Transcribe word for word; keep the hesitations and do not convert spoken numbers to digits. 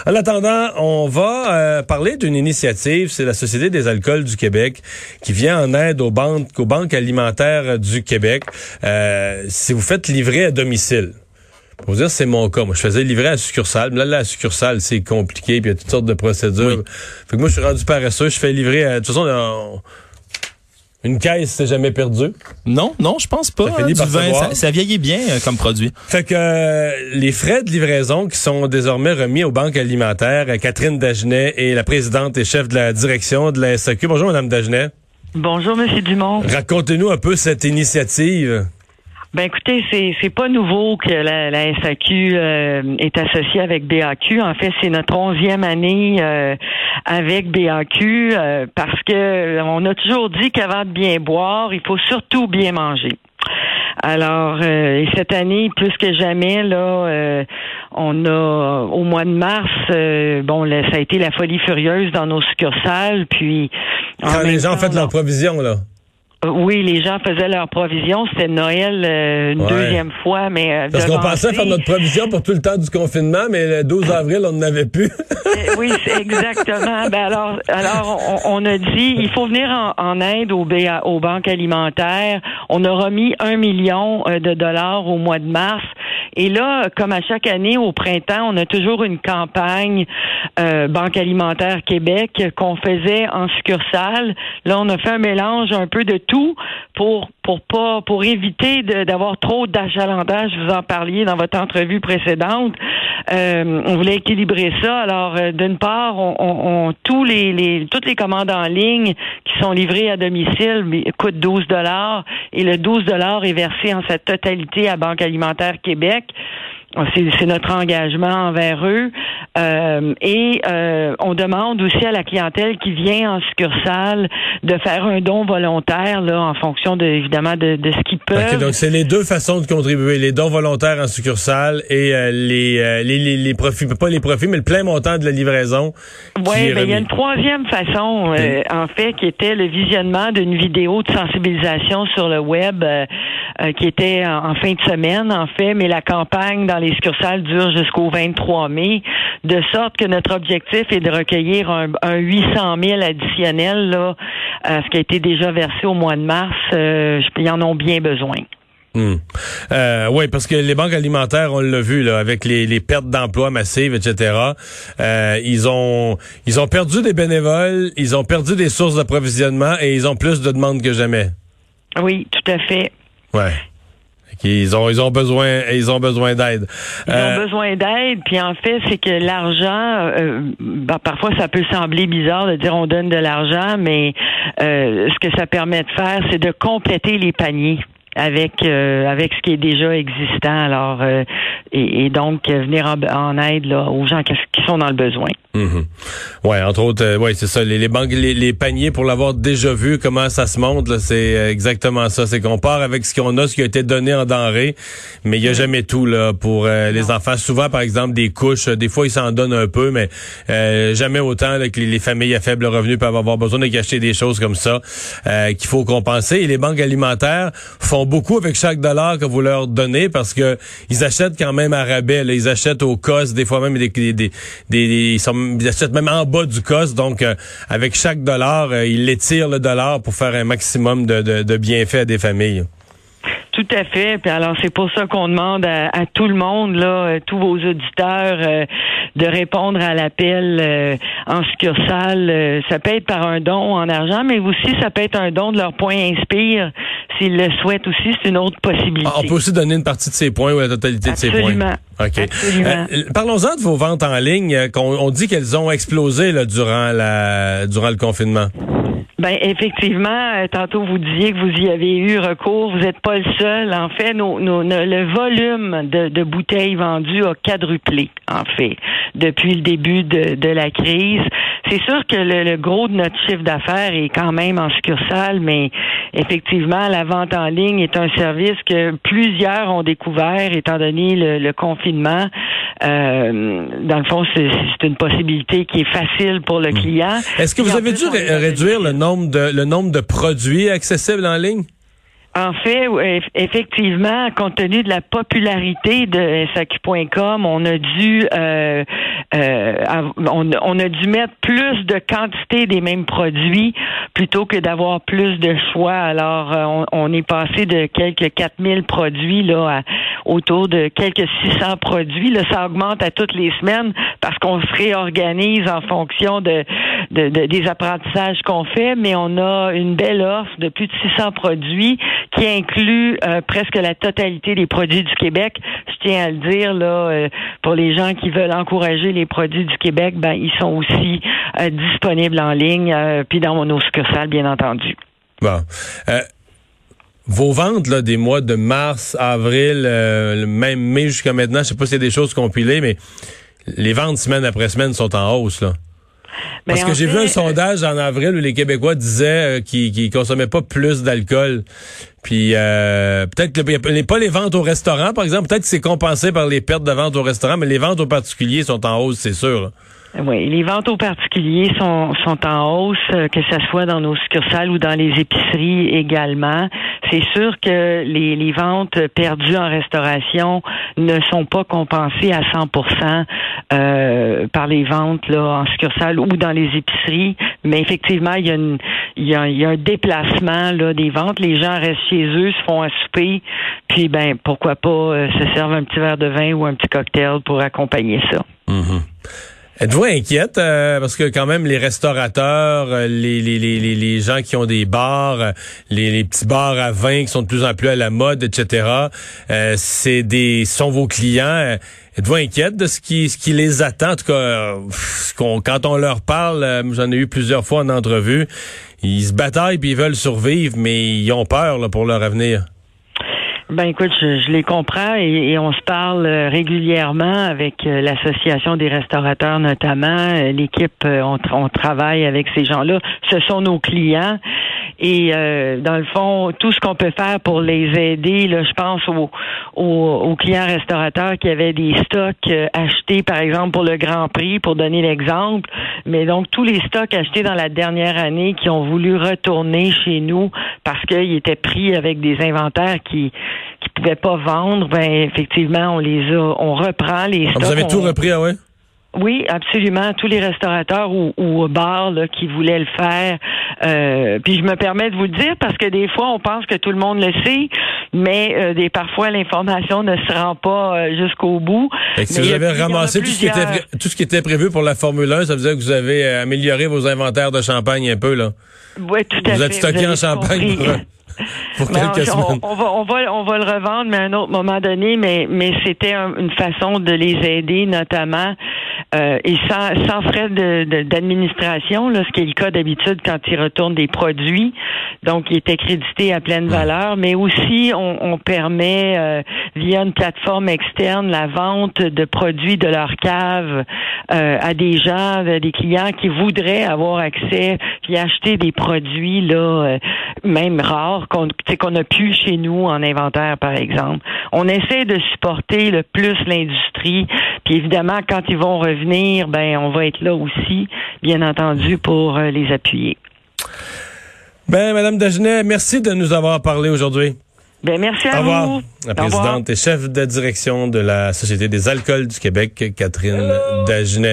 En attendant, on va euh, parler d'une initiative, c'est la Société des alcools du Québec qui vient en aide aux banques, aux banques alimentaires du Québec. Euh, si vous faites livrer à domicile, pour vous dire, c'est mon cas. Moi, je faisais livrer à la succursale. Mais là, la succursale, c'est compliqué, puis il y a toutes sortes de procédures. Oui. Fait que moi, je suis rendu paresseux. Je fais livrer à... De toute façon, on... une caisse, c'est jamais perdu. Non, non, je pense pas. Ça, hein, du vin, ça, ça vieillit bien euh, comme produit. Fait que euh, les frais de livraison qui sont désormais remis aux banques alimentaires, Catherine Dagenet est la présidente et chef de la direction de la S A Q. Bonjour, Madame Dagenet. Bonjour, Monsieur Dumont. Racontez-nous un peu cette initiative. Ben écoutez, c'est c'est pas nouveau que la, la S A Q euh, est associée avec B A Q. En fait, c'est notre onzième année euh, avec B A Q euh, parce que on a toujours dit qu'avant de bien boire, il faut surtout bien manger. Alors, euh, et cette année, plus que jamais, là, euh, on a au mois de mars, euh, bon, là, ça a été la folie furieuse dans nos succursales, puis quand les gens ont fait leur provision, là. Oui, les gens faisaient leur provision. C'était Noël euh, une ouais. deuxième fois, mais euh, parce qu'on pensait faire notre provision pour tout le temps du confinement, mais le douze avril, on n'en avait plus. Oui, c'est exactement. Ben alors, alors on, on a dit, il faut venir en, en aide aux, B A, aux banques alimentaires. On a remis un million de dollars au mois de mars. Et là, comme à chaque année, au printemps, on a toujours une campagne euh, Banque alimentaire Québec qu'on faisait en succursale. Là, on a fait un mélange un peu de tout pour pour pas pour éviter de, d'avoir trop d'achalandage. Vous en parliez dans votre entrevue précédente. Euh, on voulait équilibrer ça. Alors, euh, d'une part, on, on, on tous les, les toutes les commandes en ligne qui sont livrées à domicile coûtent douze dollars et le douze dollars est versé en sa totalité à Banque alimentaire Québec. C'est, c'est notre engagement envers eux. Euh, et euh, on demande aussi à la clientèle qui vient en succursale de faire un don volontaire là, en fonction de, évidemment de, de ce qu'ils peuvent. Okay, donc c'est les deux façons de contribuer, les dons volontaires en succursale et euh, les, euh, les, les les profits, pas les profits, mais le plein montant de la livraison. Oui, ben il y a une troisième façon, euh, en fait, qui était le visionnement d'une vidéo de sensibilisation sur le web euh, euh, qui était en, en fin de semaine, en fait, mais la campagne dans les succursales dure jusqu'au vingt-trois mai, de sorte que notre objectif est de recueillir un, un huit cent mille additionnel, là, à ce qui a été déjà versé au mois de mars. Euh, ils en ont bien besoin. Hum. Euh, oui, parce que les banques alimentaires, on l'a vu là, avec les, les pertes d'emplois massives, et cetera. Euh, ils ont ils ont perdu des bénévoles, ils ont perdu des sources d'approvisionnement et ils ont plus de demandes que jamais. Oui, tout à fait. Ouais. Ils ont ils ont besoin ils ont besoin d'aide. Ils euh, ont besoin d'aide, puis en fait, c'est que l'argent, euh, ben, parfois ça peut sembler bizarre de dire on donne de l'argent, mais euh, ce que ça permet de faire, c'est de compléter les paniers avec euh, avec ce qui est déjà existant. Alors euh, et, et donc euh, venir en, en aide là, aux gens qui, qui sont dans le besoin. Mm-hmm. Ouais, entre autres, euh, ouais, c'est ça. Les, les banques, les, les paniers, pour l'avoir déjà vu, comment ça se monte, là, c'est euh, exactement ça. C'est qu'on part avec ce qu'on a, ce qui a été donné en denrées, mais il y a jamais tout là pour euh, les enfants. Souvent, par exemple, des couches, euh, des fois ils s'en donnent un peu, mais euh, jamais autant là, que les, les familles à faible revenu peuvent avoir besoin de acheter des choses comme ça euh, qu'il faut compenser. Et les banques alimentaires font beaucoup avec chaque dollar que vous leur donnez parce que ils achètent quand même à rabais. Là, ils achètent au cost, des fois même des des des, des, des ils, sont, ils achètent même en bas du cost. Donc euh, avec chaque dollar, euh, ils l'étirent le dollar pour faire un maximum de, de, de bienfaits à des familles. Tout à fait. Puis alors c'est pour ça qu'on demande à, à tout le monde, là, euh, tous vos auditeurs, euh, de répondre à l'appel euh, en succursale. Euh, ça peut être par un don en argent, mais aussi ça peut être un don de leur point Inspire. S'ils le souhaitent aussi, c'est une autre possibilité. Ah, on peut aussi donner une partie de ses points ou la totalité Absolument. de ses points. Okay. Absolument. Euh, parlons-en de vos ventes en ligne. Qu'on, on dit qu'elles ont explosé là, durant la durant le confinement. Ben effectivement, tantôt vous disiez que vous y avez eu recours. Vous n'êtes pas le seul. En fait, nos, nos, nos, le volume de, de bouteilles vendues a quadruplé, en fait, depuis le début de, de la crise. C'est sûr que le, le gros de notre chiffre d'affaires est quand même en succursale, mais effectivement, la vente en ligne est un service que plusieurs ont découvert étant donné le, le confinement. Euh, dans le fond, c'est, c'est une possibilité qui est facile pour le client. Est-ce que vous avez dû ré- réduire le nombre de le nombre de produits accessibles en ligne? En fait, effectivement, compte tenu de la popularité de S A Q point com, on a dû euh, euh, on, on a dû mettre plus de quantité des mêmes produits plutôt que d'avoir plus de choix. Alors, on, on est passé de quelques quatre mille produits là à autour de quelques six cents produits. Là, ça augmente à toutes les semaines parce qu'on se réorganise en fonction de, de, de des apprentissages qu'on fait, mais on a une belle offre de plus de six cents produits qui inclut euh, presque la totalité des produits du Québec. Je tiens à le dire, là, euh, pour les gens qui veulent encourager les produits du Québec, ben ils sont aussi euh, disponibles en ligne, euh, puis dans nos succursales, bien entendu. Bon. Euh, vos ventes là, des mois de mars, avril, euh, même mai jusqu'à maintenant, je sais pas si c'est des choses compilées, mais les ventes semaine après semaine sont en hausse, là. Parce que j'ai fait, vu un sondage en avril où les Québécois disaient euh, qu'ils, qu'ils consommaient pas plus d'alcool. Puis euh, peut-être que pas les ventes au restaurant, par exemple, peut-être que c'est compensé par les pertes de ventes au restaurant, mais les ventes aux particuliers sont en hausse, c'est sûr, là. Oui, les ventes aux particuliers sont, sont en hausse, que ce soit dans nos succursales ou dans les épiceries également. C'est sûr que les, les ventes perdues en restauration ne sont pas compensées à cent pour cent euh, par les ventes là en succursale ou dans les épiceries. Mais effectivement, il y a, une, il y a, il y a un déplacement là des ventes. Les gens restent chez eux, se font à souper, puis ben pourquoi pas euh, se servent un petit verre de vin ou un petit cocktail pour accompagner ça. Mm-hmm. Êtes-vous inquiète euh, parce que quand même les restaurateurs, les les les les gens qui ont des bars, les les petits bars à vin qui sont de plus en plus à la mode, et cetera. Euh, c'est des sont vos clients. Êtes-vous inquiète de ce qui ce qui les attend? En tout cas, euh, ce qu'on, quand on leur parle, euh, j'en ai eu plusieurs fois en entrevue, ils se bataillent puis ils veulent survivre, mais ils ont peur là, pour leur avenir. Ben écoute, je, je les comprends et, et on se parle régulièrement avec euh, l'association des restaurateurs notamment. Euh, l'équipe, euh, on, on travaille avec ces gens-là. Ce sont nos clients et euh, dans le fond, tout ce qu'on peut faire pour les aider, là, je pense aux, aux, aux clients restaurateurs qui avaient des stocks euh, achetés, par exemple pour le Grand Prix, pour donner l'exemple. Mais donc tous les stocks achetés dans la dernière année qui ont voulu retourner chez nous parce qu'ils étaient pris avec des inventaires qui qui pouvaient pas vendre, ben effectivement, on les a, on reprend les stocks. Ah, vous avez tout on, repris, ah ouais? Oui, absolument. Tous les restaurateurs ou, ou bars là, qui voulaient le faire. Euh, puis je me permets de vous le dire parce que des fois, on pense que tout le monde le sait, mais euh, des parfois l'information ne se rend pas euh, jusqu'au bout. Fait que si vous avez ramassé tout ce qui était tout ce qui était prévu pour la Formule un, ça veut dire que vous avez amélioré vos inventaires de champagne un peu, là. Oui, tout à fait. Vous êtes stocké en champagne pour, pour quelques on, semaines. On va, on va, on va le revendre, mais à un autre moment donné. Mais, mais c'était un, une façon de les aider, notamment euh, et sans, sans frais de, de, d'administration, là, ce qui est le cas d'habitude quand ils retournent des produits. Donc, ils étaient crédités à pleine valeur, mais aussi on, on permet euh, via une plateforme externe la vente de produits de leur cave euh, à des gens, des clients qui voudraient avoir accès puis acheter des produits là, euh, même rares qu'on, qu'on a pu chez nous en inventaire, par exemple. On essaie de supporter le plus l'industrie, puis évidemment, quand ils vont revenir, ben on va être là aussi, bien entendu, pour euh, les appuyer. Ben, Madame Dagenet, merci de nous avoir parlé aujourd'hui. Ben, merci à Au revoir. vous. La présidente et chef de direction de la Société des alcools du Québec, Catherine Dagenet.